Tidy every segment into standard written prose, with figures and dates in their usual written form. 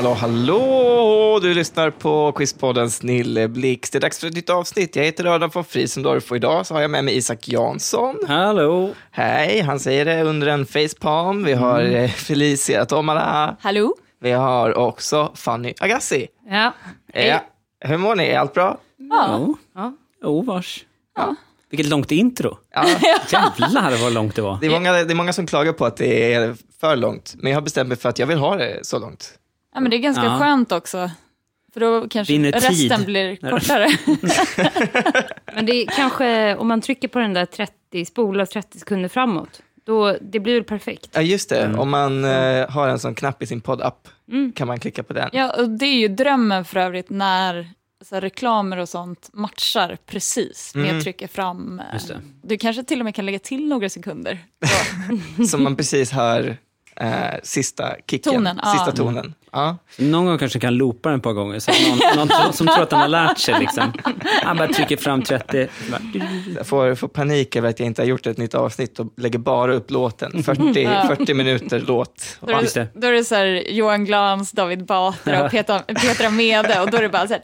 Hallå! Du lyssnar på Quizpodden Snilleblixt. Det är dags för ett nytt avsnitt. Jag heter Adam von Friesendorf och idag så har jag med mig Isak Jansson. Hallå! Hej, han säger det under en facepalm. Vi har Felicia Tomala. Hallå! Vi har också Fanny Agassi. Ja. Hur mår ni? Är allt bra? Ja. Vars. Ja. Vilket långt intro. Ja. Jävlar vad långt det var. Det är många som klagar på att det är för långt. Men jag har bestämt mig för att jag vill ha det så långt. Ja, men det är ganska skönt också. För då kanske resten blir kortare. Men det är kanske, om man trycker på den där spola 30 sekunder framåt, då, det blir väl perfekt. Ja, just det. Om man har en sån knapp i sin poddapp kan man klicka på den. Ja, och det är ju drömmen för övrigt när så reklamer och sånt matchar precis med att trycka fram. Du kanske till och med kan lägga till några sekunder. Som man precis hör sista kicken. Sista tonen. Ja. Någon gång kanske kan loopa den ett par gånger. Så någon som tror att han har lärt sig. Liksom. Han bara trycker fram 30. Jag får panik över att jag inte har gjort ett nytt avsnitt och lägger bara upp låten. 40 minuter låt. Då är det så här Johan Glans, David Batra och Petra Mede. Och då är det bara så här...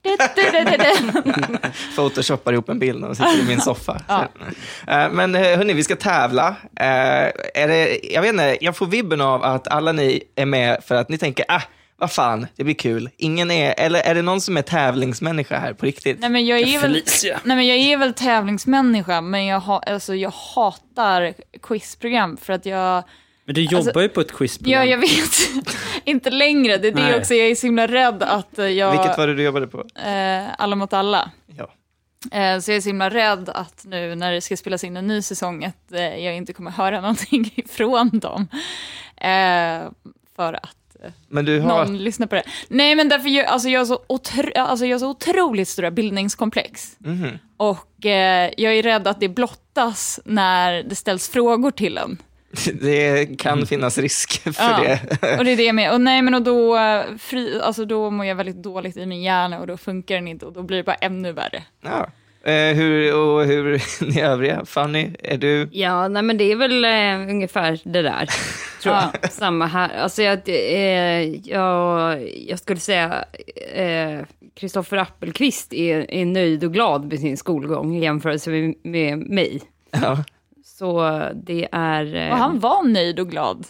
Photoshoppar ihop en bild och sitter i min soffa. Ja. Men hörni, vi ska tävla. Jag vet inte, jag får vibben av att alla ni är med för att ni tänker, vad fan, det blir kul. Ingen eller är det någon som är tävlingsmänniska här på riktigt? Nej, men jag är väl tävlingsmänniska, men jag hatar quizprogram för att jag... Men du jobbar ju på ett quizprogram. Ja, jag vet. Inte längre. Det är det också. Jag är så himla rädd att jag... Vilket var det du jobbade på? Alla mot alla. Ja. Så jag är så himla rädd att nu när det ska spelas in en ny säsong att jag inte kommer höra någonting ifrån dem. För att men du har... någon lyssnar på det. Nej, men därför jag har så otroligt stora bildningskomplex. Mm-hmm. Och jag är rädd att det blottas när det ställs frågor till en. Det kan finnas risk för det. Och det är det med. Och då mår jag väldigt dåligt i min hjärna och då funkar den inte och då blir det bara ännu värre. Ja. Hur ni övriga? Fanny, är du... Ja, nej, men det är väl ungefär det där. Tror jag. Samma här. Alltså jag skulle säga Kristoffer Appelqvist är nöjd och glad med sin skolgång i jämförelse med mig. Ja. Så det är... Och han var nöjd och glad.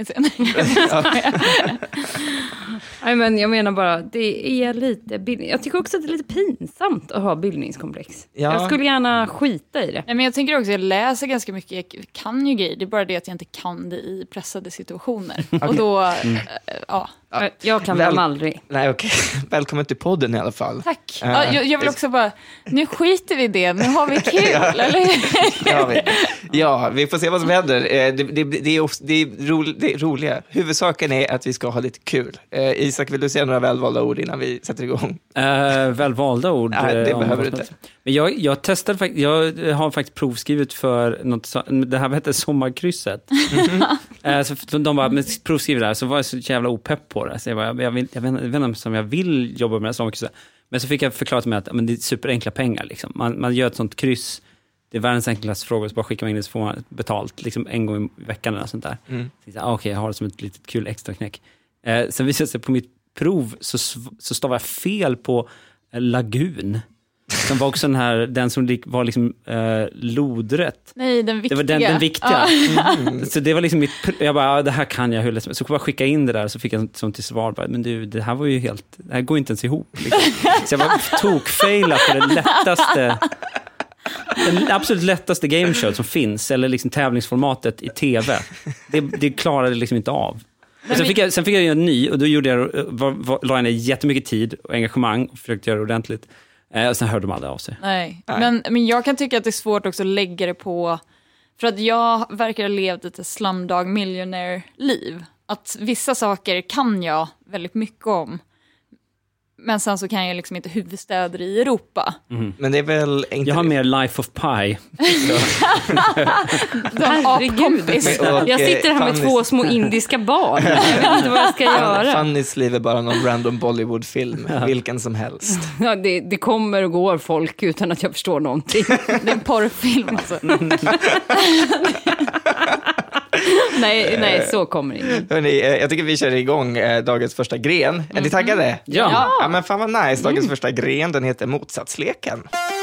Nej, men jag menar bara, det är lite jag tycker också att det är lite pinsamt att ha bildningskomplex. Ja. Jag skulle gärna skita i det. Nej, men jag tänker också, jag läser ganska mycket, jag kan ju grejer, det är bara det att jag inte kan det i pressade situationer. Okay. Och då, jag kan dem aldrig. Nej, okej. Välkommen till podden i alla fall. Tack. Jag vill också bara, nu skiter vi i det, nu har vi kul, eller? Ja, vi får se vad som händer. Det är roliga. Huvudsaken är att vi ska ha lite kul. Isak, vill du säga några välvalda ord innan vi sätter igång? Välvalda ord? Nej, det behöver du inte. Men jag testade faktiskt, jag har faktiskt provskrivit för något, det här heter Sommarkrysset. Så de bara, provskriver där, så var jag så jävla opepp på det. Så jag vet inte om jag vill jobba med det Sommarkrysset. Men så fick jag förklara till mig att det är superenkla pengar. Liksom. Man gör ett sånt kryss. Det är världens enklaste frågor, så bara skickar man in det så får man betalt liksom en gång i veckan eller sånt där. Okej, jag har det som ett litet kul extra knäck. Sen visade det sig på mitt prov så stavade jag fel på lagun. Som var också den som var liksom lodrätt. Nej, den viktiga. Det var den viktiga. Så det var liksom jag bara, det här kan jag hur. Så jag bara skicka in det där, så fick jag som till svar. Men du, det här var ju det här går inte ens ihop. Liksom. Så jag var tokfaila på det lättaste... Den absolut lättaste gameshow som finns, eller liksom tävlingsformatet i tv, det klarade det liksom inte av. Sen fick jag en ny, och då la jag ner jättemycket tid och engagemang och försökte göra det ordentligt. Och sen hörde de aldrig av sig. Nej. Men jag kan tycka att det är svårt också att lägga det på, för att jag verkar ha levt ett slumdog millionaire-liv. Att vissa saker kan jag väldigt mycket om. Men sen så kan jag liksom inte huvudstäder i Europa. Men det är väl inte... Jag har mer Life of Pi. Herregud. Jag sitter här med 2 små indiska barn. Jag vet inte vad jag ska göra. Fannys liv är bara någon random Bollywood-film. Vilken som helst. Ja, det kommer och går folk utan att jag förstår någonting. Det är en porrfilm alltså. Nej, så kommer det inte. Hörrni, jag tycker vi kör igång dagens första gren. Är ni taggade? Ja. Men fan vad nice. Dagens första gren, den heter motsatsleken.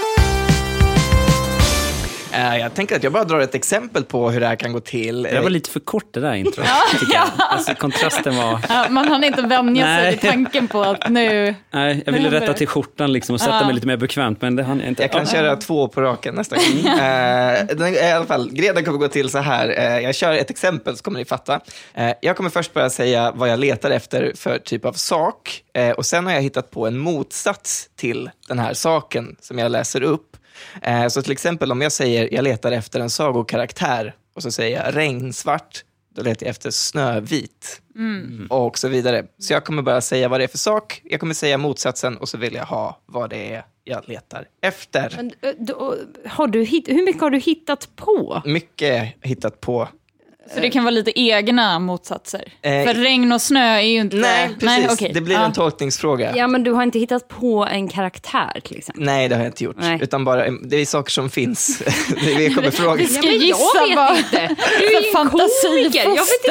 Jag tänker att jag bara drar ett exempel på hur det här kan gå till. Det var lite för kort det där intro. Alltså, kontrasten var... Ja, man hann inte vänja sig i tanken på att nu... Nej, jag ville rätta till skjortan liksom och sätta mig lite mer bekvämt, men det hann jag inte. Jag kan köra 2 på raken nästa gång. I alla fall, grenen kommer gå till så här. Jag kör ett exempel så kommer ni fatta. Jag kommer först bara säga vad jag letar efter för typ av sak. Och sen har jag hittat på en motsats till den här saken som jag läser upp. Så till exempel om jag säger jag letar efter en sagokaraktär och så säger jag regnsvart, då letar jag efter snövit och så vidare. Så jag kommer bara säga vad det är för sak, jag kommer säga motsatsen och så vill jag ha vad det är jag letar efter. Men, hur mycket har du hittat på? Mycket hittat på. Så det kan vara lite egna motsatser. För regn och snö är ju inte... Nej, precis. Nej, okay. Det blir en tolkningsfråga. Ja, men du har inte hittat på en karaktär till exempel. Nej, det har jag inte gjort. Nej. Utan bara, det är saker som finns. Vi kommer fråga. Vi ska jag gissa vet inte. Du är ju en komiker.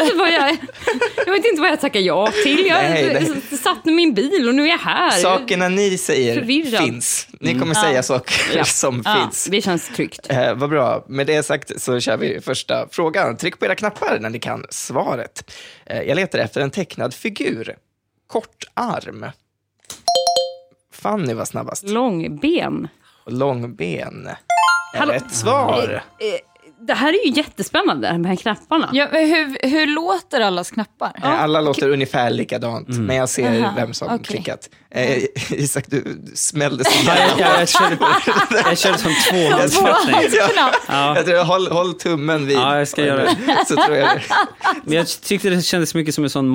Jag vet inte vad jag tackar ja till. Jag satt i min bil och nu är jag här. Sakerna ni säger förvirrad. Finns. Ni kommer säga saker som finns. Det känns tryggt. Vad bra. Med det sagt så kör vi första frågan. Tryck på era knappar när ni kan svaret. Jag letar efter en tecknad figur. Kort arm. Fanny var snabbast. Långben. Långben. Hallå. Rätt svar. Det här är ju jättespännande, de här knapparna. Ja, hur låter allas knappar? Alla låter ungefär likadant, men jag ser vem som klickat. Isak, du smällde så jag körde som 2-handsknappning. Jag tror håll tummen vid. Ja, jag ska göra det. Så tror jag det. Men jag tyckte det kändes mycket som en sån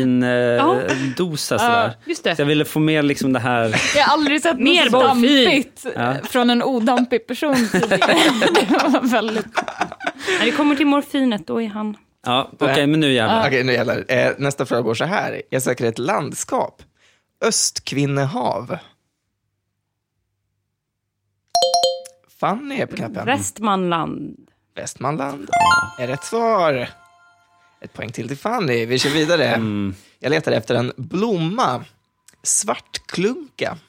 morfindosa sådär. Just det. Så jag ville få med liksom det här. Jag har aldrig sett Mer något dampigt från en odampig person tidigare. Det var väldigt... När det kommer till morfinet, då är han... Ja, okej, men nu jävlar. Okej, nu jävlar. Nästa fråga går så här. Jag söker ett landskap. Östkvinnehav. Fanny är på knappen. Västmanland. Är rätt svar. Ett poäng till Fanny. Vi kör vidare. Jag letar efter en blomma. Svartklunka.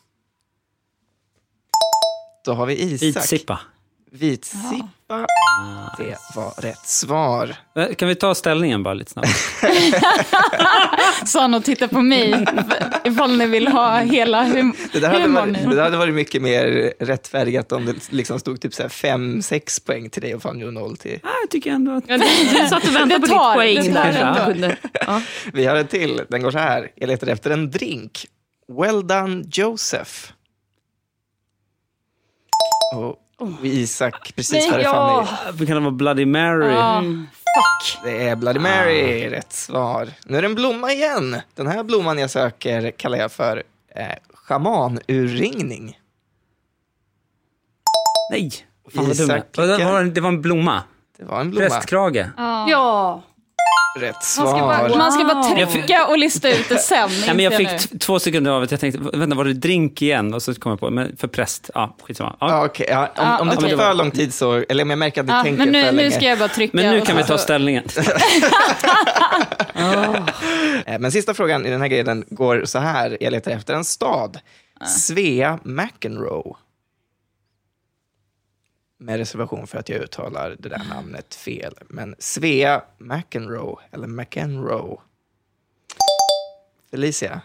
Då har vi Isak. Vitsippa. Det var rätt svar. Kan vi ta ställningen bara lite snabbt? Sa han och titta på mig ifall ni vill ha hela det där hade varit mycket mer rättfärdigt om det liksom stod typ 5-6 poäng till dig och Fanny och 0 till... Jag tycker ändå att... Du satt och väntade på ditt poäng. Vi har en till. Den går så här. Jag letar efter en drink. Well done, Joseph. Och Isak, precis före Fanny. Vi kan vara Bloody Mary. Fuck. Det är Bloody Mary, rätt svar. Nu är det en blomma igen. Den här blomman jag söker kallar jag för schamanurringning. Nej, fan vad dumt. Det var en blomma. Det var en blomma. Prästkrage. Ja. Rätt svar. Man ska bara trycka och lista ut det sen. Ja, men jag fick 2 sekunder av att jag tänkte, vänta, var det drink igen? Och så kom jag på, men för präst, skitsamma. Okay, om det tar för lång tid så, eller om jag märker att du tänker men för länge. Nu ska jag bara trycka. Men nu kan vi ta ställningen. Men sista frågan i den här grejen går så här. Jag letar efter en stad. Svea McEnroe. Med reservation för att jag uttalar det där namnet fel. Men Svea McEnroe, eller McEnroe. Felicia?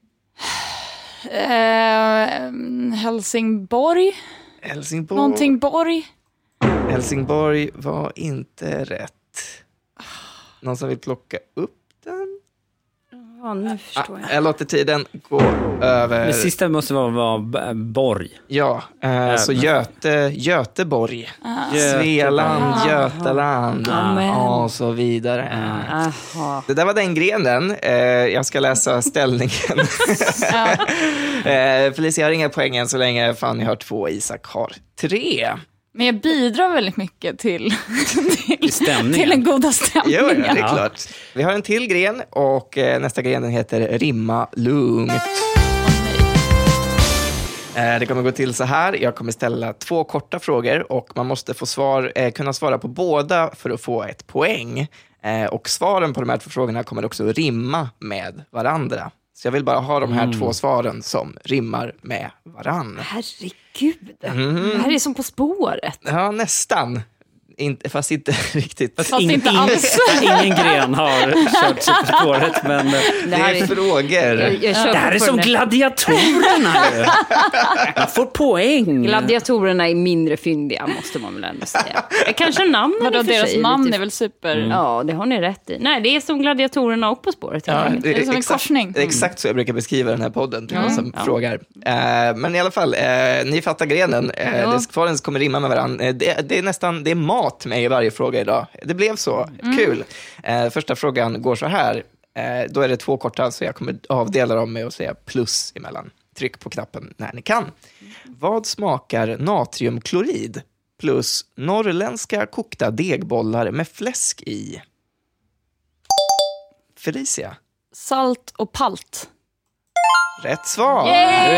Helsingborg? Någonting Borg? Helsingborg var inte rätt. Någon som vill plocka upp den? Ja, nu förstår jag. Jag låter tiden gå över... Det sista måste vara Borg. Ja, så Göteborg. Svealand, Götaland och så vidare. Det där var den grenen. Jag ska läsa ställningen. Felicia har inga poäng än så länge. Fanny har 2, Isak har 3. Men jag bidrar väldigt mycket till den goda stämningen. Jo, det är klart. Vi har en till gren och nästa gren den heter Rimma lugnt. Det kommer gå till så här. Jag kommer ställa 2 korta frågor och man måste få kunna svara på båda för att få ett poäng. Och svaren på de här 2 frågorna kommer också rimma med varandra. Så jag vill bara ha de här 2 svaren som rimmar med varann. Herregud, det här är som På spåret. Ja, nästan. Fast inte riktigt. Fast inte alls. Ingen gren har kört sig På spåret, men det är frågor. Det här är som gladiatorerna. Man får poäng. Gladiatorerna är mindre fyndiga, måste man väl ändå säga. Kanske namnen. Vadå, deras namn är väl super... Ja, det har ni rätt i. Nej, det är som gladiatorerna och På spåret. Ja, det är som en korsning. Det är exakt så jag brukar beskriva den här podden till som frågar. Men i alla fall, ni fattar grenen. Svaren kommer rimma med varandra. Det är mat med i varje fråga idag. Det blev så. Kul. Första frågan går så här. Då är det 2 korta, så jag kommer avdela dem med att säga plus emellan. Tryck på knappen när ni kan. Vad smakar natriumklorid plus norrländska kokta degbollar med fläsk i? Felicia. Salt och palt. Rätt svar.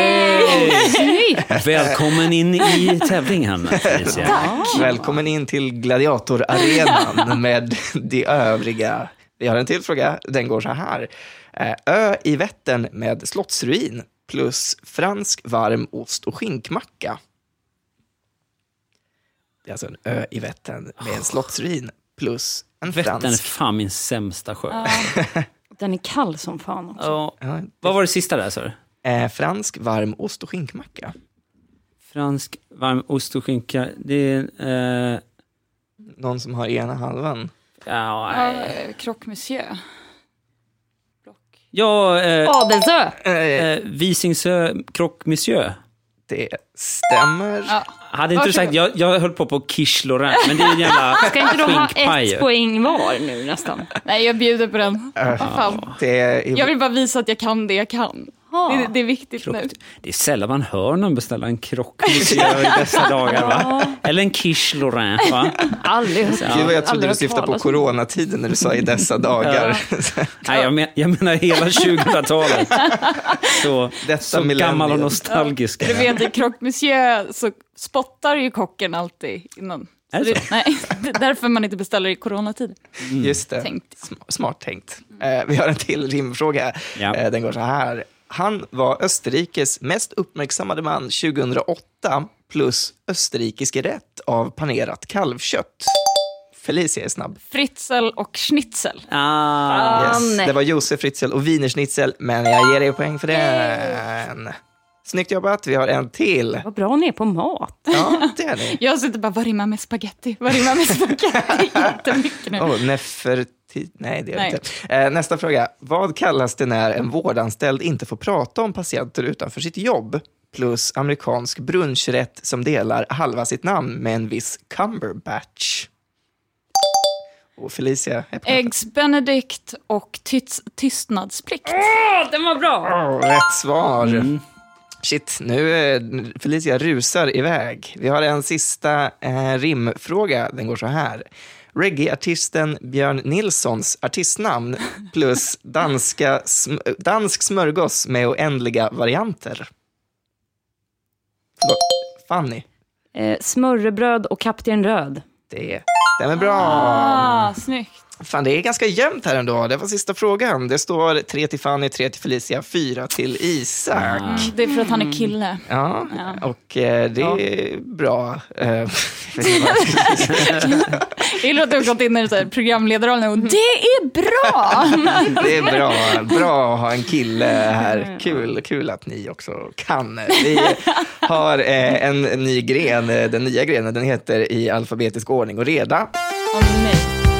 Välkommen in i tävlingen, Felicia. Tack. Välkommen in till gladiatorarenan med de övriga. Vi har en till fråga. Den går så här. Ö i Vättern med slottsruin plus fransk varm ost och skinkmacka. Det är alltså en ö i Vättern med en slottsruin plus en fransk. Vättern är fan min sämsta sjö. Den är kall som fan också. Ja. Vad var det sista där, så? Fransk varm ost och skinkmacka. Fransk varm ost och skinka. Det är... Någon som har ena halvan. Croque monsieur. Ja, Adelsö. Visingsö Croque monsieur. Det stämmer. Ja. Hade inte du sagt, jag höll på quiche Lorraine, men det är en jävla ska inte de ha skinkpaj. 1 poäng var nu nästan? Nej, jag bjuder på den. Fan. Jag vill bara visa att jag kan det jag kan. Det är viktigt nu. Det är sällan man hör någon beställa en Croque monsieur i dessa dagar, va? Eller en quiche Lorraine, va? Aldrig. Gud, jag trodde du syftade på coronatiden när du sa i dessa dagar. Nej, jag menar hela 2000-talet. Så gammal och nostalgisk. Du vet, i Croque monsieur så spottar ju kocken alltid innan. Nej, det är därför man inte beställer i coronatid. Just det. Smart tänkt. Vi har en till rimfråga. Ja. Den går så här. Han var Österrikes mest uppmärksammade man 2008 plus österrikisk rätt av panerat kalvkött. Felicia är snabb. Fritzel och schnitzel. Yes. Det var Josef Fritzel och Wiener Schnitzel, men jag ger dig poäng för den. Snyggt jobbat, vi har en till. Vad bra ni är på mat. Ja, det är ni. Jag sitter bara, vad rimmar med spaghetti? Jättemycket nu. Nej, det är inte. Nästa fråga. Vad kallas det när en vårdanställd inte får prata om patienter utanför sitt jobb? Plus amerikansk brunchrätt som delar halva sitt namn med en viss Cumberbatch. Och Felicia. Eggs Benedict och tystnadsplikt. Den var bra. Rätt svar. Shit, nu Felicia rusar iväg. Vi har en sista rimfråga. Den går så här. Reggae-artisten Björn Nilssons artistnamn plus dansk smörgås med oändliga varianter. Fanny. Smörrebröd och Kapten Röd. Det stämmer bra. Snyggt. Fan, det är ganska jämnt här ändå. Det var sista frågan. Det står 3 till Fanny, 3 till Felicia, 4 till Isak. Det är för att han är kille. Ja. Och det är bra. Det låter också gått in i programledarrollen och det är bra! Det är bra att ha en kille här. Kul att ni också kan. Vi har en ny gren. Den nya grenen, den heter I alfabetisk ordning och reda. Nej.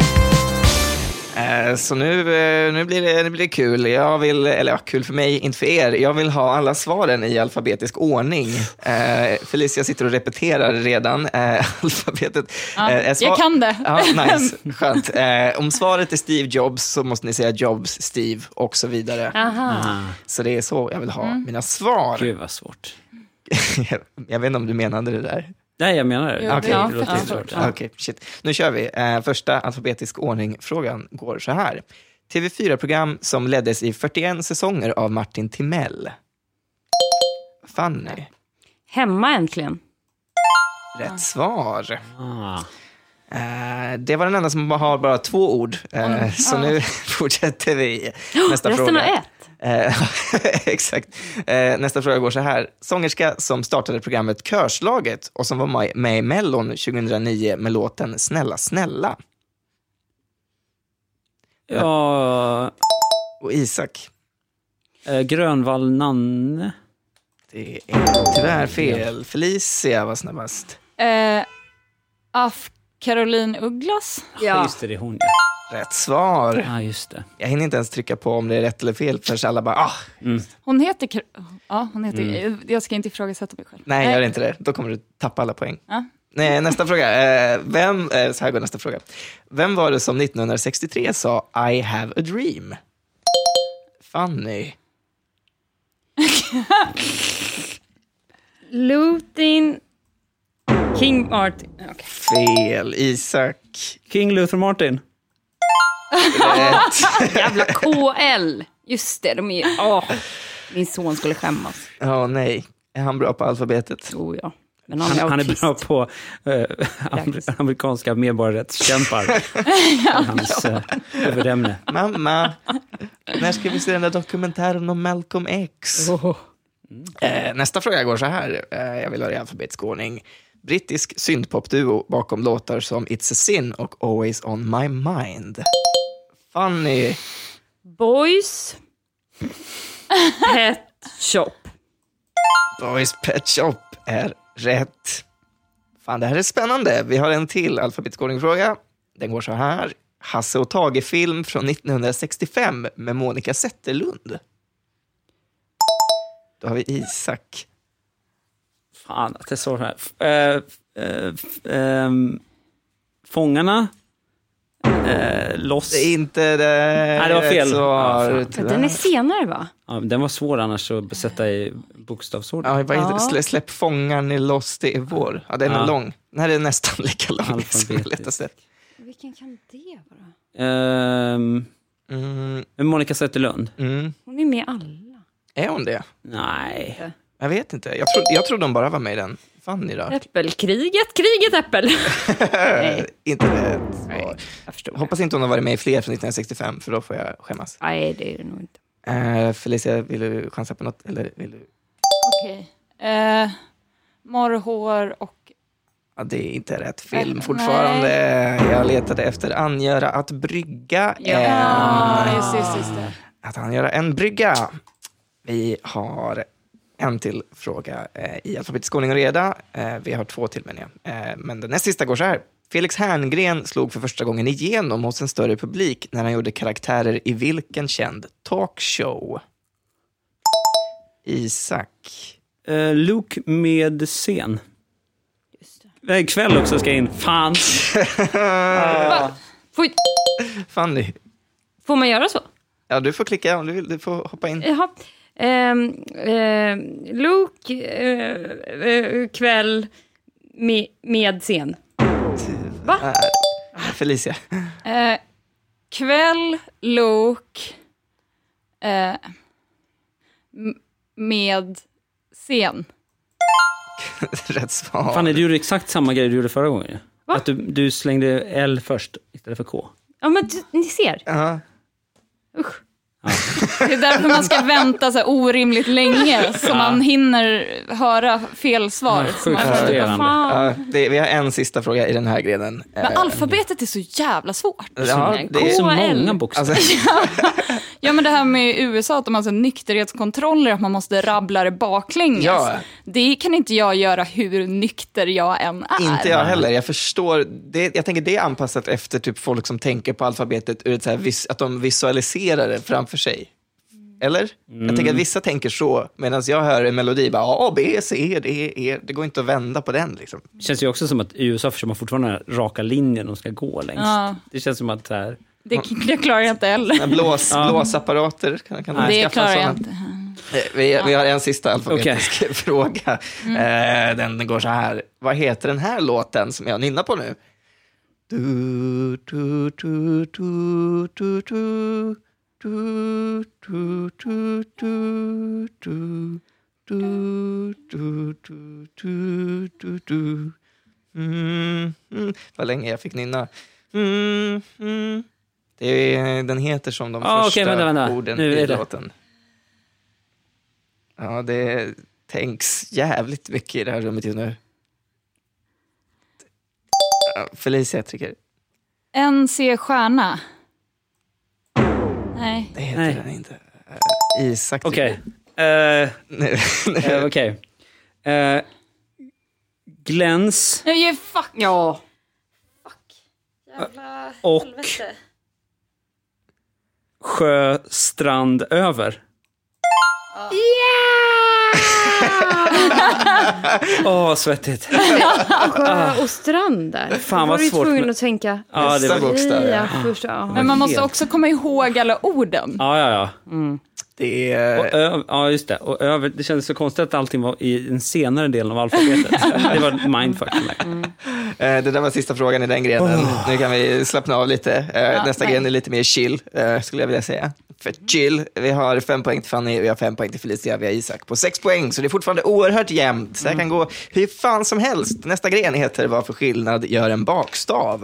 Så nu blir det kul. Kul för mig, inte för er. Jag vill ha alla svaren i alfabetisk ordning. Felicia sitter och repeterar redan alfabetet. Jag kan det. Ja, nice. Skönt. Om svaret är Steve Jobs så måste ni säga Jobs, Steve och så vidare. Aha. Så det är så jag vill ha mina svar. Gud vad svårt. Jag vet inte om du menade det där. Nej, jag menar det. Okej, shit. Nu kör vi. Första alfabetisk ordning-frågan går så här. TV4-program som leddes i 41 säsonger av Martin Timell. Fanny. Hemma äntligen. Rätt svar. Ah. Det var den enda som har bara 2 ord. Så nu fortsätter vi. Nästa resten fråga. har 1. Exakt. Nästa fråga går så här. Sångerska som startade programmet Körslaget och som var med i Mellon 2009 med låten Snälla snälla. Ja. Och Isak. Grönvall Nanne. Det är tyvärr fel. Felicia var snabbast. Caroline Ugglas. Ja. Just det är hon. Rätt svar. Ja, just det. Jag hinner inte ens trycka på om det är rätt eller fel för alla bara, Hon heter... Jag ska inte ifrågasätta mig själv. Nej, gör inte det. Då kommer du tappa alla poäng. Ja. Nej, nästa fråga. Så här går nästa fråga. Vem var det som 1963 sa I have a dream? Fanny. Lutin King Martin. Okay. Fel. Isak. King Luther Martin. Rätt. Jävla KL. Just det, de är... min son skulle skämmas. Nej. Är han bra på alfabetet? Ja. Men han är bra på amerikanska medborgarrättskämpar. Hans huvudämne. Mamma, när ska vi se den där dokumentären om Malcolm X? Nästa fråga går så här. Jag vill ha det i alfabetisk ordning. Brittisk syntpopduo bakom låtar som It's a Sin och Always on my mind. Fanny. Boys Pet Shop. Boys Pet Shop är rätt. Fan, det här är spännande. Vi har en till alfabetisk ordning-fråga. Den går så här. Hasse och Tage-film från 1965 med Monica Zetterlund. Då har vi Isak. Fan, att det är så här. Fångarna. Loss. Det är inte det. Nej, det var fel. Den är senare, va? Ja, den var svår annars att sätta i bokstavsordning. Ja, vad heter det? Släpp fångarna i Lost, det är vår. Ja, den är lång. Den här är nästan lika lång som lättaste. Vilken kan det vara? Monica Zetterlund. Hon är med alla. Är hon det? Nej. Jag vet inte. Jag tror de bara var med i den. Fanny då? Kriget Äppel. Inte det. Nej, jag förstår. Hoppas inte hon har varit med i fler från 1965, för då får jag skämmas. Nej, det är det nog inte. Felicia, vill du chansa på något? Eller vill du? Okej. Morrhår och... Ja, det är inte rätt film fortfarande. Jag letade efter angöra att brygga. Just det. Att angöra en brygga. Vi har en till fråga i alfabetisk ordning och reda. Vi har 2 till, men den näst sista går så här. Felix Herngren slog för första gången igenom hos en större publik när han gjorde karaktärer i vilken känd talkshow? Isak. Luke med scen. Just det. Kväll också ska in. Fan. Fanny. Får man göra så? Ja, du får klicka om du vill. Du får hoppa in. Jaha. Luke kväll med scen. Va? Felicia. Kväll, Luke med scen. Rätt svar. Fan, du gjorde exakt samma grej du gjorde förra gången. Va? Att du slängde L först istället för K. Ja, men ni ser. Usch. Ja. Det är därför man ska vänta så här orimligt länge så man hinner höra fel svar. Sjukt frustrerande. Vi har en sista fråga i den här grenen. Men alfabetet är så jävla svårt. Ja, det är så många bokstäver. Alltså, Ja, men det här med USA, att de har så nykterhetskontroller, att man måste rabbla det baklänges. Ja. Det kan inte jag göra hur nykter jag än är. inte jag heller. Jag förstår. Jag tänker det är anpassat efter typ folk som tänker på alfabetet ur ett så här, att de visualiserar det framför sig. Eller? Jag tänker att vissa tänker så, medan jag hör en melodi bara A, B, C, D, E. Det går inte att vända på den liksom. Det känns ju också som att i USA försöker man fortfarande raka linjen de ska gå längst. Ja. Det känns som att här... Det klarar jag inte heller. Blåsapparater. Kan det klarar jag inte. Vi har en sista alfabetisk fråga. Den går så här. Vad heter den här låten som jag nynnar på nu? Du, du, du, du, du, du. Du, du, du, du, du, du, du, Vad länge jag fick nynna. Den heter som de första vänta. orden nu i låten. Ja, det tänks jävligt mycket i det här rummet just nu. Felicia trycker. NC Stjärna. Nej. Det heter den inte. Isak Okej. Okej. Gläns. Nej, fuck. Ja. Jävla och helvete. Sjö, strand, över. Svettigt. Sjö och strand där. Fan, vad var du svårt tvungen med... att tänka. Ja, det var bokstäver. Men man måste också komma ihåg alla orden. Ja. Det är... Ja, just det. Och över, det kändes så konstigt att allting var i den senare delen av alfabetet. Det var mindfuck. Det där var sista frågan i den grenen. Nu kan vi slappna av lite. Nästa gren är lite mer chill, skulle jag vilja säga. För chill, vi har 5 poäng till Fanny och vi har 5 poäng till Felicia. Vi har Isak på 6 poäng, så det är fortfarande oerhört jämnt. Så det kan gå hur fan som helst. Nästa gren heter Vad för skillnad gör en bakstav?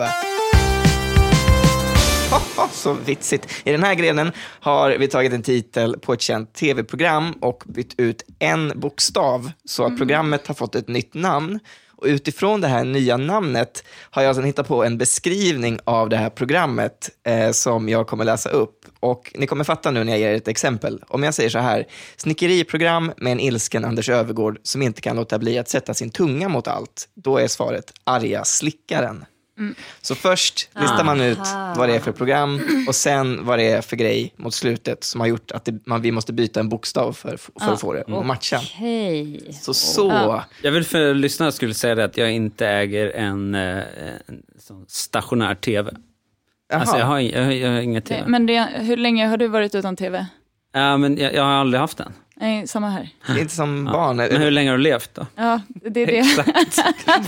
Så vitsigt. I den här grenen har vi tagit en titel på ett känt tv-program och bytt ut en bokstav så att programmet har fått ett nytt namn. Och utifrån det här nya namnet har jag sedan hittat på en beskrivning av det här programmet som jag kommer läsa upp. Och ni kommer fatta nu när jag ger ett exempel. Om jag säger så här: snickeriprogram med en ilsken Anders Övergård som inte kan låta bli att sätta sin tunga mot allt. Då är svaret arga slickaren. Så först listar man ut vad det är för program och sen vad det är för grej mot slutet som har gjort att vi måste byta en bokstav för att få det att matcha. Okej. Så. Jag vill för lyssnarna skulle säga det att jag inte äger en stationär tv. Jaha. Alltså jag har inga tv. Men hur länge har du varit utan tv? Men jag har aldrig haft den. Nej, samma här. Det är inte som barn. Men hur länge har du levt då? Ja, det är det. Exakt.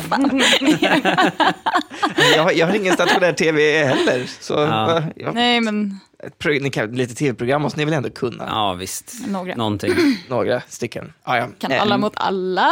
Jag har ingen stationär tv heller. Så, Nej, men... Lite tv-program måste ni väl ändå kunna? Ja, visst. Någonting. Några stycken. Kan alla mot alla?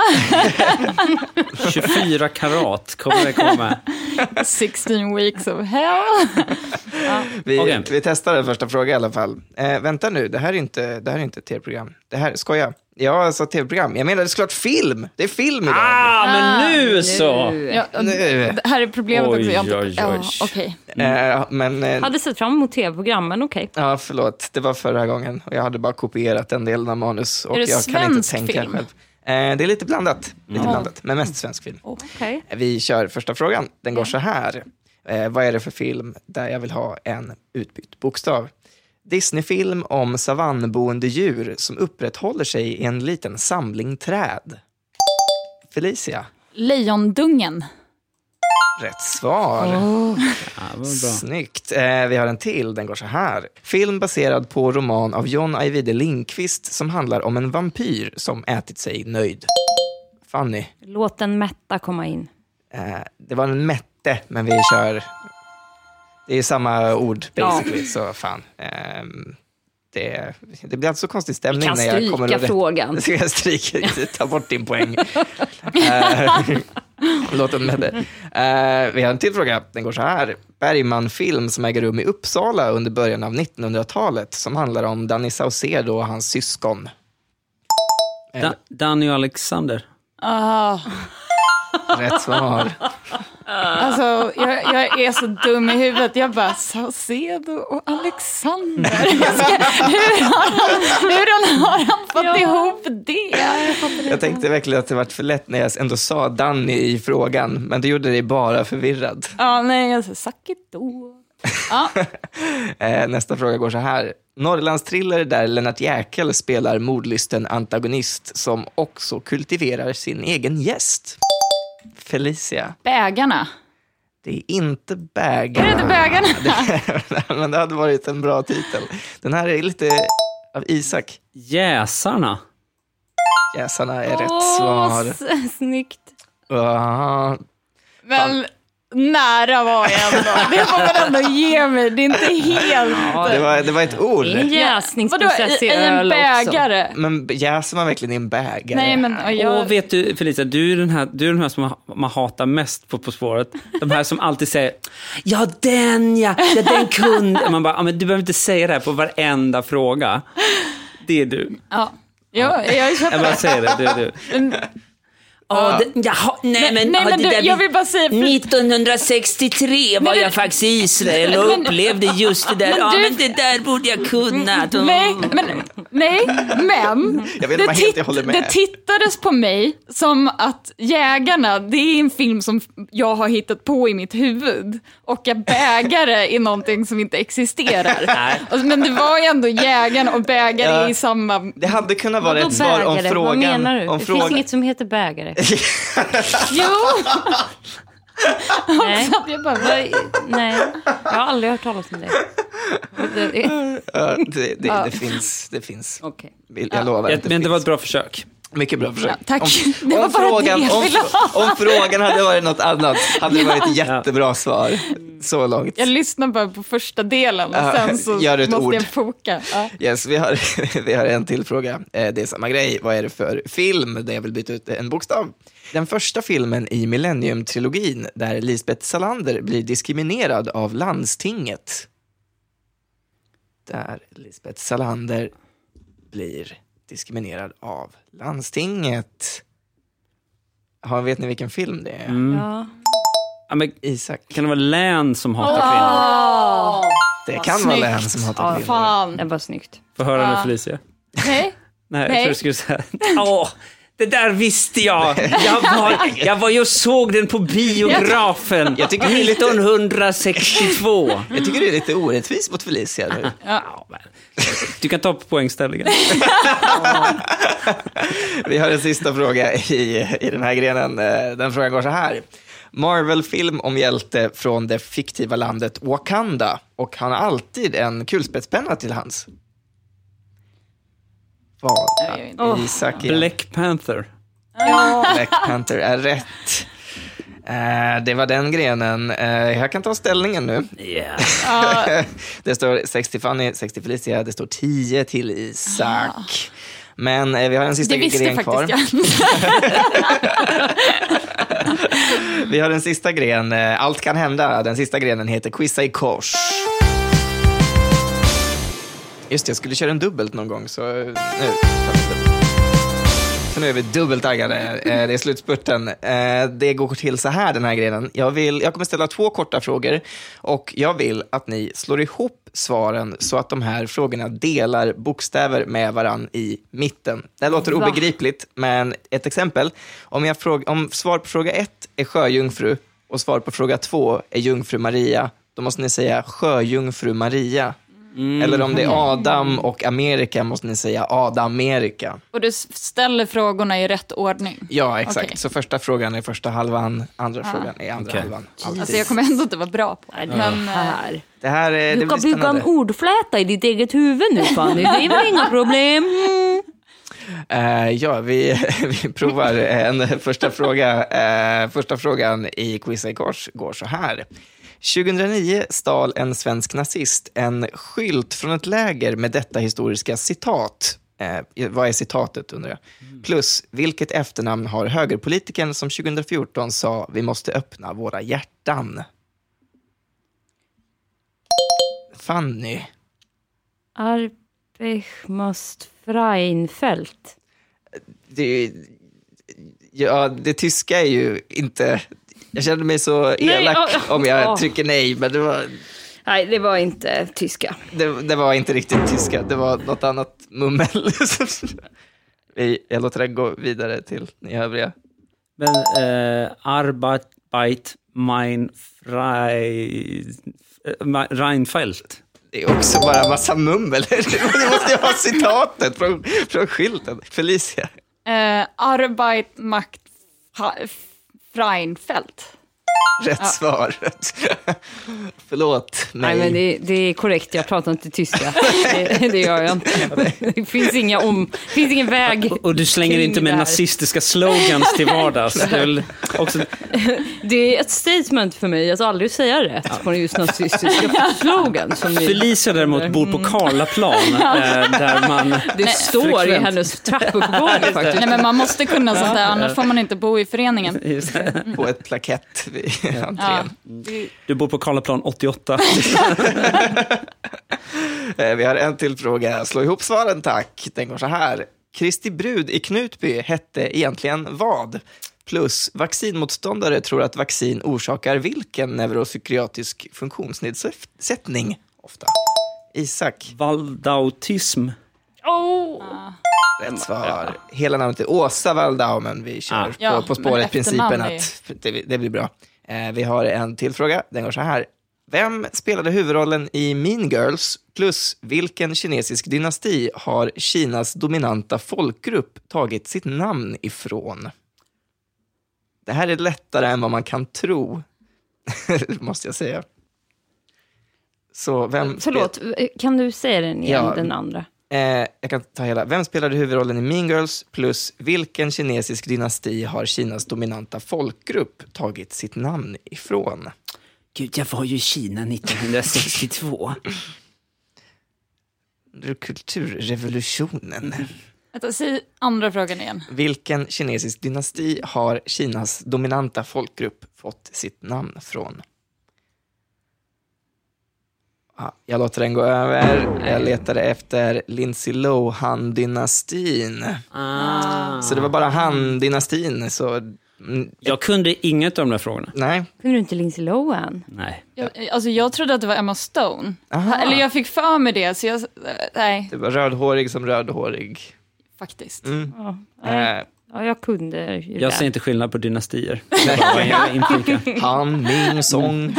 24 karat kommer det komma. 16 weeks of hell. Vi testar den första frågan i alla fall. Vänta nu, det här är inte ett tv-program. Det här, skoja. Ja, alltså tv-program. Jag menar, det är såklart film. Det är film idag. Men nu så! Ja, det här är problemet också. Oj. Okej. Men Hade sett fram emot tv-programmen, okej. ja, förlåt. Det var förra gången. Och jag hade bara kopierat en del av manus. Och Är det jag kan inte tänka film? själv. Det är lite blandat. Men mest svensk film. Okej. Vi kör första frågan. Den går så här. Vad är det för film där jag vill ha en utbytt bokstav? Disneyfilm om savannboende djur som upprätthåller sig i en liten samling träd. Felicia. Lejondungen. Rätt svar. Snyggt. Vi har en till, den går så här. Film baserad på roman av John Ajvide Lindqvist som handlar om en vampyr som ätit sig nöjd. Fanny. Låt den mätta komma in. Det var en mätte, men vi kör... Det är samma ord, basically, så fan. Det blir alltså konstig stämning när jag kommer stryka frågan. Så jag stryker, ta bort din poäng. Låt den med det. Vi har en till fråga, den går så här. Bergman-film som äger rum i Uppsala under början av 1900-talet som handlar om Danny Saucedo och hans syskon. Danny och Alexander. Rätt svar. Alltså, jag är så dum i huvudet. Jag bara, Saucedo och Alexander. Hur har han fått ihop det? Jag tänkte verkligen att det var för lätt när jag ändå sa Danny i frågan. Men det gjorde dig bara förvirrad. Ja, nej, jag sa, suck it då. Ja. Nästa fråga går så här. Norrlandstriller där Lennart Jäkel spelar mordlysten antagonist som också kultiverar sin egen gäst. Felicia. Bägarna. Det är inte Bägarna. Är det inte Bägarna? Men det hade varit en bra titel. Den här är lite av Isak. Jäsarna. Jäsarna är rätt svar. Snyggt. Men nära var jag ändå. Det får man ändå ge mig. Det är inte helt... Ja, det var ett ord. Det är en jäsningsprocess i en öl bägare. Också. Men jäser man verkligen i en bägare? Nej, men Och vet du, Felicia, du är den här som man hatar mest på spåret. De här som alltid säger, ja den kunde. Man bara, men du behöver inte säga det här på varenda fråga. Det är du. Ja, jag köper Jag bara säger det, det är du. Jag vill bara säga... 1963 var jag faktiskt i Israel och upplevde just det där. Men det där borde jag kunna. Nej, jag vet inte helt jag håller med. Det tittades på mig som att Jägarna, det är en film som jag har hittat på i mitt huvud. Och att bägare är någonting som inte existerar. Men det var ju ändå Jägarna och bägare i samma... Det hade kunnat vara ett svar om frågan. Vad menar du? Det finns inget som heter bägare. Jo! Nej. Nej, jag har aldrig hört talas om det. Det finns. Okay. Jag lovar. Men det var ett bra försök. Mycket bra försök. Ja, tack. Om frågan hade varit något annat hade det varit ett jättebra svar. Så långt. Jag lyssnar bara på första delen och sen så måste jag foka. Ja. Yes, vi har en till fråga. Det är samma grej. Vad är det för film där jag vill byta ut en bokstav? Den första filmen i Millennium-trilogin där Lisbeth Salander blir diskriminerad av landstinget. Där Lisbeth Salander blir diskriminerad av landstinget. Vet ni vilken film det är? Ja, men Isak. Kan det vara län som hatar kvinnor? Det kan vara län som hatar kvinnor. Fan. Det var snyggt. Få höra nu, Felicia. Nej. Nej, jag tror du skulle säga. Det där visste jag. Jag var ju och såg den på biografen. Jag tycker det är 1962. Jag tycker det är lite orättvist mot Felicia nu. Ja, du kan ta på poängställningen. Vi har en sista fråga i den här grenen. Den frågan går så här. Marvel-film om hjälte från det fiktiva landet Wakanda. Och han har alltid en kulspetspenna till hands. Isak igen. Black Panther. Black Panther är rätt. Det var den grenen. Jag kan ta ställningen nu. Yeah. Det står 60 Fanny, 60 Felicia. Det står 10 till Isak. Men vi har en sista gren kvar. Vi har en sista gren. Allt kan hända. Den sista grenen heter Quizza i kors. Just det, jag skulle köra en dubbelt någon gång. Så nu är vi dubbeltaggade. Det är slutspurten. Det går till så här, den här grenen. Jag kommer ställa 2 korta frågor. Och jag vill att ni slår ihop svaren så att de här frågorna delar bokstäver med varann i mitten. Det här låter obegripligt, men ett exempel. Om svar på fråga 1 är sjöjungfru och svar på fråga 2 är jungfru Maria, då måste ni säga sjöjungfru Maria. Eller om det är Adam och Amerika måste ni säga Adamerika. Och du ställer frågorna i rätt ordning? Ja, exakt. Okay. Så första frågan är första halvan, andra frågan är andra halvan. Alltså jag kommer ändå inte vara bra på det. Men det här är... Du kan bygga en ordfläta i ditt eget huvud nu, Fanny. Det är väl inga problem. Vi provar en första fråga. Första frågan i Quizza i kors går så här. 2009 stal en svensk nazist en skylt från ett läger med detta historiska citat. Vad är citatet, undrar jag? Plus, vilket efternamn har högerpolitiken som 2014 sa vi måste öppna våra hjärtan? Fanny. Arbechmost Freinfeldt. Det tyska är ju inte... Jag kände mig så elak om jag trycker nej, men det var... Nej, det var inte tyska. Det var inte riktigt tyska, det var något annat mummel. Jag låter det gå vidare till ni övriga. Men Arbeit mein Reinfeldt. Det är också bara en massa mummel. Det måste ju ha citatet från skylten. Felicia. Arbeit macht Freinfeldt. Rätt svar. Förlåt mig. Nej, men det är korrekt, jag pratar inte tyska. Det gör jag inte. Det finns ingen väg. Och du slänger inte med nazistiska slogans till vardags. Det är ett statement för mig att aldrig säga rätt på just nazistiska slogans. Felicia däremot bor på Karlaplan. Där man det står i hennes trappuppgång faktiskt. Nej, men man måste kunna sånt där, annars får man inte bo i föreningen. På ett plakett vid entrén. Du bor på Karlaplan 88. Vi har en till fråga. Slå ihop svaren, tack. Den går så här. Kristi brud i Knutby hette egentligen vad? Plus, vaccinmotståndare tror att vaccin orsakar vilken neuropsykiatrisk funktionsnedsättning ofta? Isak. Waldautism. Rätt svar. Hela namnet är Åsa Waldau, men vi kör på spåret principen att det blir bra. Vi har en till fråga. Den går så här. Vem spelade huvudrollen i Mean Girls? Plus, vilken kinesisk dynasti har Kinas dominanta folkgrupp tagit sitt namn ifrån? Det här är lättare än vad man kan tro, måste jag säga. Så Förlåt, kan du säga den igen, den andra? Jag kan ta hela. Vem spelade huvudrollen i Mean Girls? Plus, vilken kinesisk dynasti har Kinas dominanta folkgrupp tagit sitt namn ifrån? Gud, jag var ju i Kina 1962. Kulturrevolutionen. Säg andra frågan igen. Vilken kinesisk dynasti har Kinas dominanta folkgrupp fått sitt namn från? Jag låter den gå över. Jag letade efter Lindsay Lohan-dynastin. Så det var bara Han-dynastin. Jag kunde inget om de här frågorna. Nej. Kunde du inte Lindsay Lohan? Nej. Jag trodde att det var Emma Stone. Eller jag fick för mig det. Så nej. Det var rödhårig som rödhårig. Faktiskt. Jag kunde. Jag ser inte skillnad på dynastier. Han, min sång.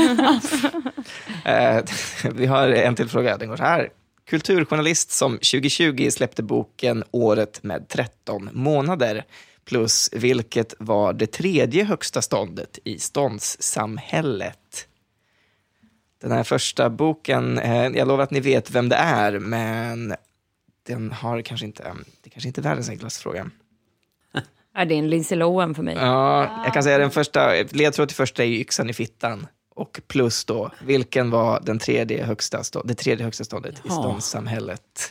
Vi har en till fråga. Den går så här. Kulturjournalist som 2020 släppte boken Året med 13 månader. Plus, vilket var det tredje högsta ståndet i ståndssamhället? Den här första boken, jag lovar att ni vet vem det är, men den har kanske inte världens enklaste fråga. Det är en Lindsay Lohan för mig. Ja, jag kan säga den första, ledtråd till första är yxan i fittan. Och plus då, vilken var det tredje högsta ståndet i ståndssamhället?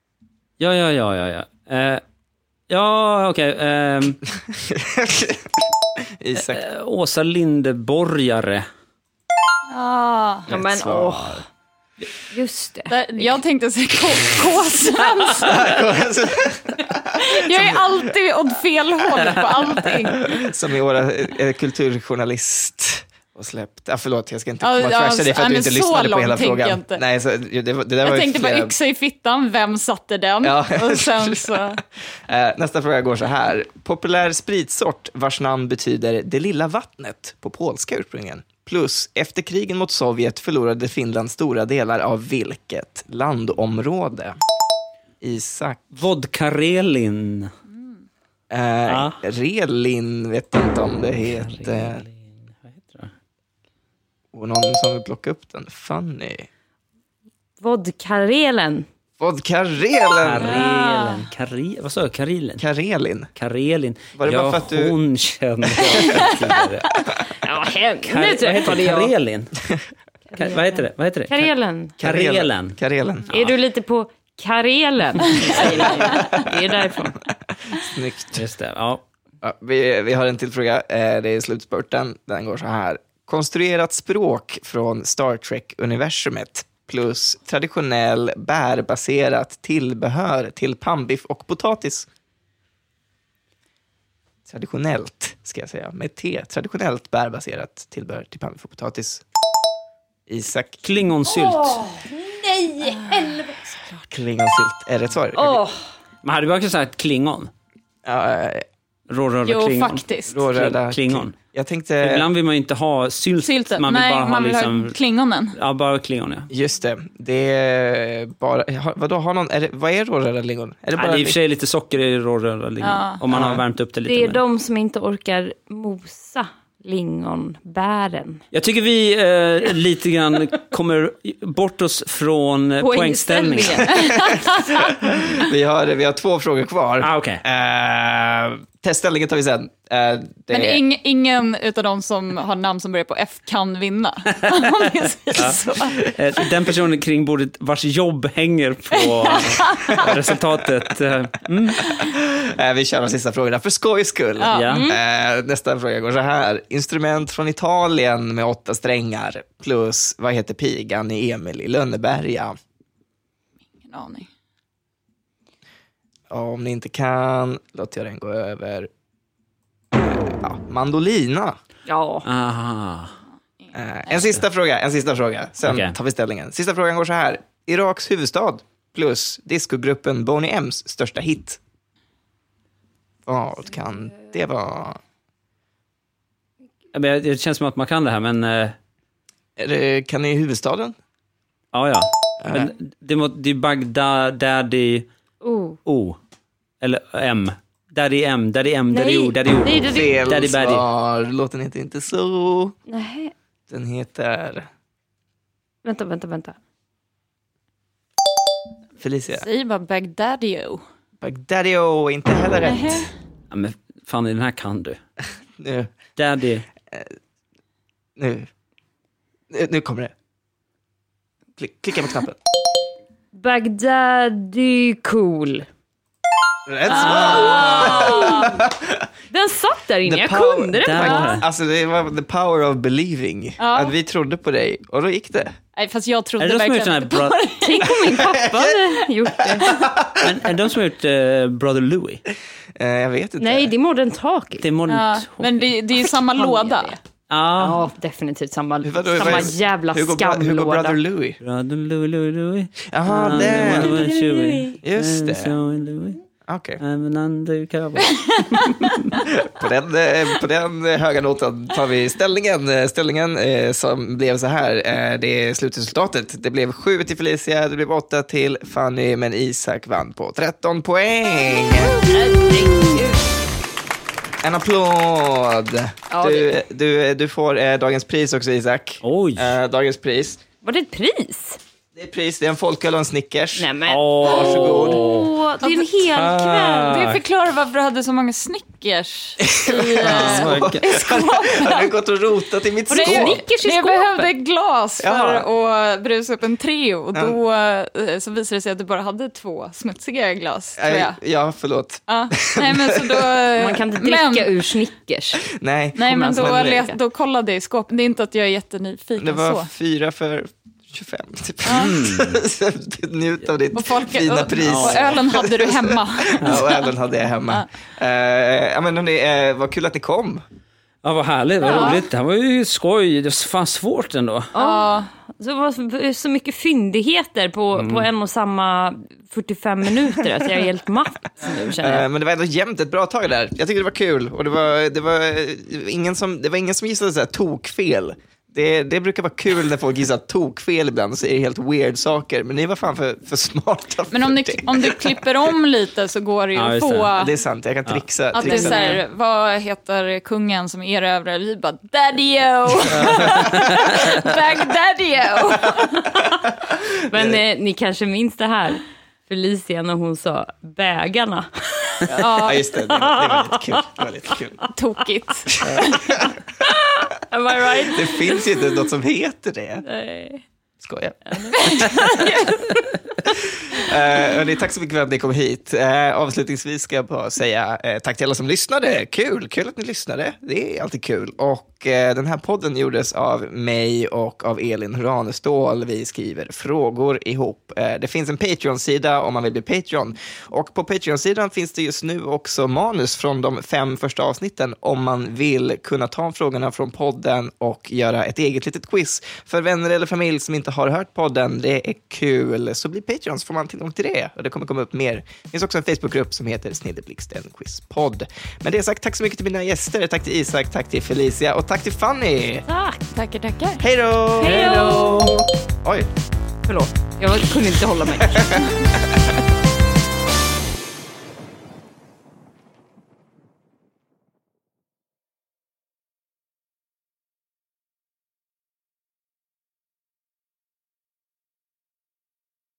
Ja, okej. Isak. Åsa Lindeborgare. Men just det. Jag tänkte säga Kåsans. Jag är alltid åt fel håll på allting. Som i våra kulturjournalist och släppt. Förlåt, jag ska inte komma tvärs det för att du inte lyssnade på hela frågan. Nej, så det där jag tänkte på yxa i fittan, vem satte den? Ja. Och sen så... Nästa fråga går så här. Populär spritsort vars namn betyder det lilla vattnet på polska ursprungligen. Plus, efter krigen mot Sovjet förlorade Finland stora delar av vilket landområde? Isak. Vodkarelin. Relin vet jag inte om det heter. Och någon som vill plocka upp den. Funny. Vodkarelen. Vad sa jag? Karelin. Var det bara för att du... Hon kände henne träffade jag. Karelin. Vad heter det? Karelen. Ja. Är du lite på Karelen? Det är därifrån. Snyggt. Just det, ja. Vi har en till fråga. Det är slutspurten. Den går så här. Konstruerat språk från Star Trek-universumet plus traditionell bärbaserat tillbehör till pannbiff och potatis. Traditionellt, ska jag säga, med T. Traditionellt bärbaserat tillbehör till pannbiff och potatis. Isak. Klingonsylt. Nej, helvete. Klingonsylt är rätt svar. Man hade bara sagt klingon. Rårörda klingon. Jo, faktiskt. Rårörda klingon. Jag tänkte... Ibland vill man inte ha syltet. Man vill bara ha liksom... klingonen. Ja, bara klingon, ja. Just det. Det är bara... vad är rårörda lingon? Är det bara... det är i och för sig lite socker i rårörda lingon. Om man har värmt upp det lite. Det är de som inte orkar mosa lingonbären. Jag tycker vi lite grann kommer bort oss från poängställningen. Vi har 2 frågor kvar. Okay. Testställningen tar vi sen. Men ingen utav de som har namn som börjar på F kan vinna. Den personen kring bordet vars jobb hänger på resultatet. Vi kör de sista frågorna för skojs skull. Nästa fråga går så här. Instrument från Italien med 8 strängar plus vad heter pigan i Emil i Lönneberga? Ingen aning. Om ni inte kan, låter jag den gå över. Mandolina. Ja. En sista fråga. Sen tar vi ställningen. Sista frågan går så här. Iraks huvudstad plus discogruppen Boney M's största hit. Vad kan det vara? Det känns som att man kan det här, men... Kan ni huvudstaden? Ja. Men det är Bagdad, Daddy... O. Eller M. Daddy M, Daddy O. Fel svar. Låten heter inte så. Nej. Den heter... Vänta. Felicia. Säg bara Bagdadio. Bagdadio, inte heller rätt. Ja, men fan, den här kan du. Nu. Daddy. Nu kommer det. Klicka på knappen. Bagdadi cool. Rätt svar. Den satt där inne, jag kunde det faktiskt. Alltså det var the power of believing. Att vi trodde på dig. Och då gick det. Nej, fast jag trodde verkligen inte på det. Tänk om min pappa hade gjort det. Men är de som har gjort Brother Louie? Jag vet inte. Nej, det är Modern Talking. Det är Modern men det är ju samma låda. Ja, definitivt samma jävla skamlåda. Hur går Brother Louie? Brother Louie. Jaha, det. Just det. Okej. På den höga noten tar vi ställningen. Ställningen som blev så här. Det är slutresultatet. Det blev 7 till Felicia, det blev 8 till Fanny, men Isak vann på 13 poäng. En applåd. Du får dagens pris också, Isak. Oj. Dagens pris. Var det ett pris? Det är en folköl och en Snickers. Nämen. Varsågod. Det är en hel kväll. Det förklarar varför du hade så många Snickers i skåpet. Jag har gått och rotat i mitt skåp. Jag behövde glas för att brusa upp en Treo. Och då så visade det sig att du bara hade 2 smutsiga glas, tror jag. Ja, förlåt. Nej, men så då, man kan inte dricka ur Snickers. Nej, men då kollade jag i skåpet. Det är inte att jag är jättenyfiken. Det var så. 4 för 25 typ. Njut av ditt fina pris. Och ölen hade du hemma. Och ölen hade jag hemma. Men vad kul att ni kom. Ja, vad härligt, vad roligt. Det här var ju skoj. Det var fan svårt ändå. Ja, det var så mycket fyndigheter på en och samma 45 minuter att jag är helt matt nu, känner jag. Men det var ändå jämnt ett bra tag där. Jag tycker det var kul. Och det var ingen som gissade så här tokfel. Det brukar vara kul när folk gissar tokfel ibland och säger helt weird saker. Men ni var fan för smarta. Men om du klipper om lite så går det ju att få... Det är sant, jag kan trixa. Att det är så här, vad heter kungen som erövrar? Vi bara, Daddy-o! Bagdaddy-o! Men ni kanske minns det här. Felicia när hon sa bägarna. Ja, just det. Det var lite kul. Tokigt. Am I right? Det finns ju inte något som heter det. Nej. Skoja. Tack så mycket för att ni kom hit. Avslutningsvis ska jag bara säga tack till alla som lyssnade. Kul att ni lyssnade. Det är alltid kul. Och den här podden gjordes av mig och av Elin Ranestål. Vi skriver frågor ihop. Det finns en Patreon-sida om man vill bli Patreon. Och på Patreon-sidan finns det just nu också manus från de 5 första avsnitten om man vill kunna ta frågorna från podden och göra ett eget litet quiz för vänner eller familj som inte har hört podden. Det är kul. Så bli Patreon så får man tillgång till det. Och det kommer komma upp mer. Det finns också en Facebookgrupp som heter Snilleblixt, en quizpodd. Men det är sagt, tack så mycket till mina gäster. Tack till Isak, tack till Felicia och tack till Fanny. Tackar. Hej då! Hej då! Oj. Förlåt, jag kunde inte hålla mig.